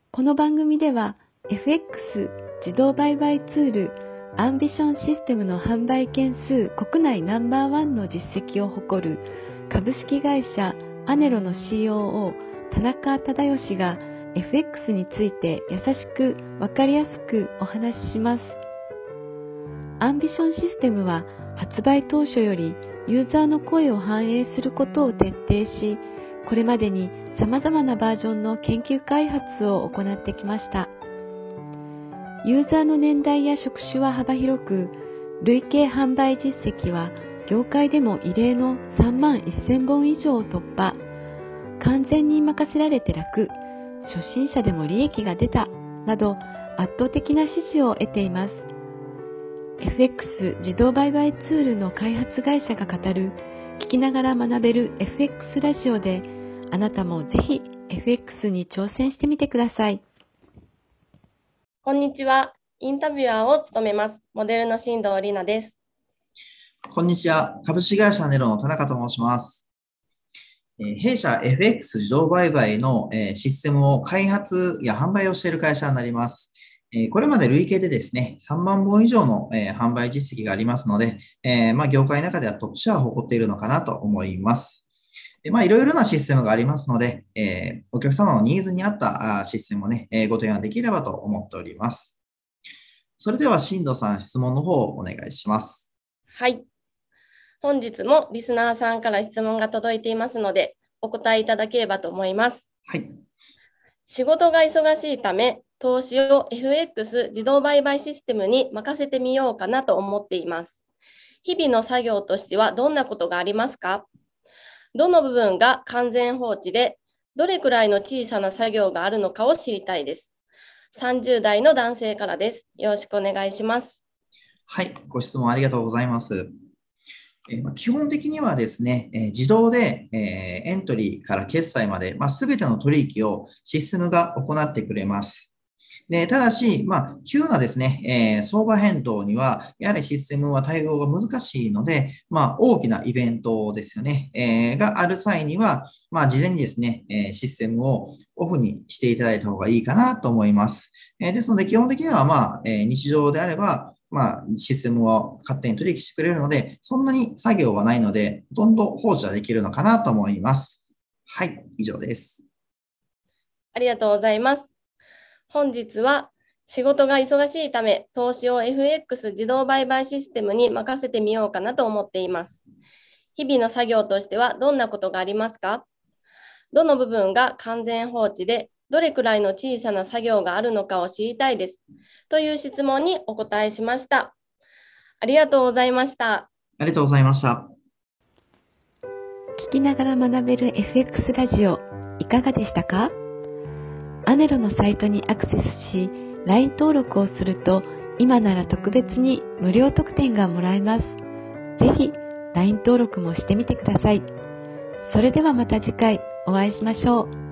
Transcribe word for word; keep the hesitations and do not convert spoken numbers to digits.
この番組では エフエックス 自動売買ツールアンビションシステムの販売件数国内ナンバーワンの実績を誇る株式会社アネロの シーオーオー 田中忠義が エフエックス について優しくわかりやすくお話しします。アンビションシステムは発売当初よりユーザーの声を反映することを徹底し、これまでに様々なバージョンの研究開発を行ってきました。ユーザーの年代や職種は幅広く、累計販売実績は業界でも異例のさんまんせんぼん以上を突破。完全に任せられて楽、初心者でも利益が出た、など圧倒的な支持を得ています。エフエックス 自動売買ツールの開発会社が語る、聞きながら学べる エフエックス ラジオで、あなたもぜひ エフエックス に挑戦してみてください。 こんにちは。インタビュアーを務めます。モデルの新藤里奈です。 こんにちは。株式会社ネロの田中と申します。えー、弊社 エフエックス 自動売買の、えー、システムを開発や販売をしている会社になります。えー、これまで累計でですね、さんまんぼん以上の、えー、販売実績がありますので、えーまあ、業界の中ではトップシェアを誇っているのかなと思います。でまあ、いろいろなシステムがありますので、えー、お客様のニーズに合ったシステムをね、えー、ご提案できればと思っております。それでは、新藤さん、質問の方をお願いします。 はい。本日もリスナーさんから質問が届いていますので、お答えいただければと思います。 はい。 仕事が忙しいため、投資を エフエックス 自動売買システムに任せてみようかなと思っています。日々の作業としてはどんなことがありますか？どの部分が完全放置で、どれくらいの小さな作業があるのかを知りたいです。さんじゅう代の男性からです。よろしくお願いします。 はい、ご質問ありがとうございます。えー、基本的にはですね、えー、自動で、えー、エントリーから決済まで、まあ、全ての取引をシステムが行ってくれます。でただし、まあ、急なですね、えー、相場変動には、やはりシステムは対応が難しいので、まあ、大きなイベントですよね、えー、がある際には、まあ、事前にですね、えー、システムをオフにしていただいた方がいいかなと思います。えー、ですので、基本的には、まあ、えー、日常であれば、まあ、システムを勝手に取引してくれるので、そんなに作業はないので、ほとんど放置はできるのかなと思います。はい、以上です。 ありがとうございます。本日は仕事が忙しいため、投資を エフエックス 自動売買システムに任せてみようかなと思っています。日々の作業としてはどんなことがありますか？どの部分が完全放置で、どれくらいの小さな作業があるのかを知りたいです。という質問にお答えしました。ありがとうございました。 ありがとうございました。 聞きながら学べる エフエックス ラジオ、いかがでしたか？アネロのサイトにアクセスし、ライン 登録をすると、今なら特別に無料特典がもらえます。ぜひ、ライン 登録もしてみてください。それではまた次回お会いしましょう。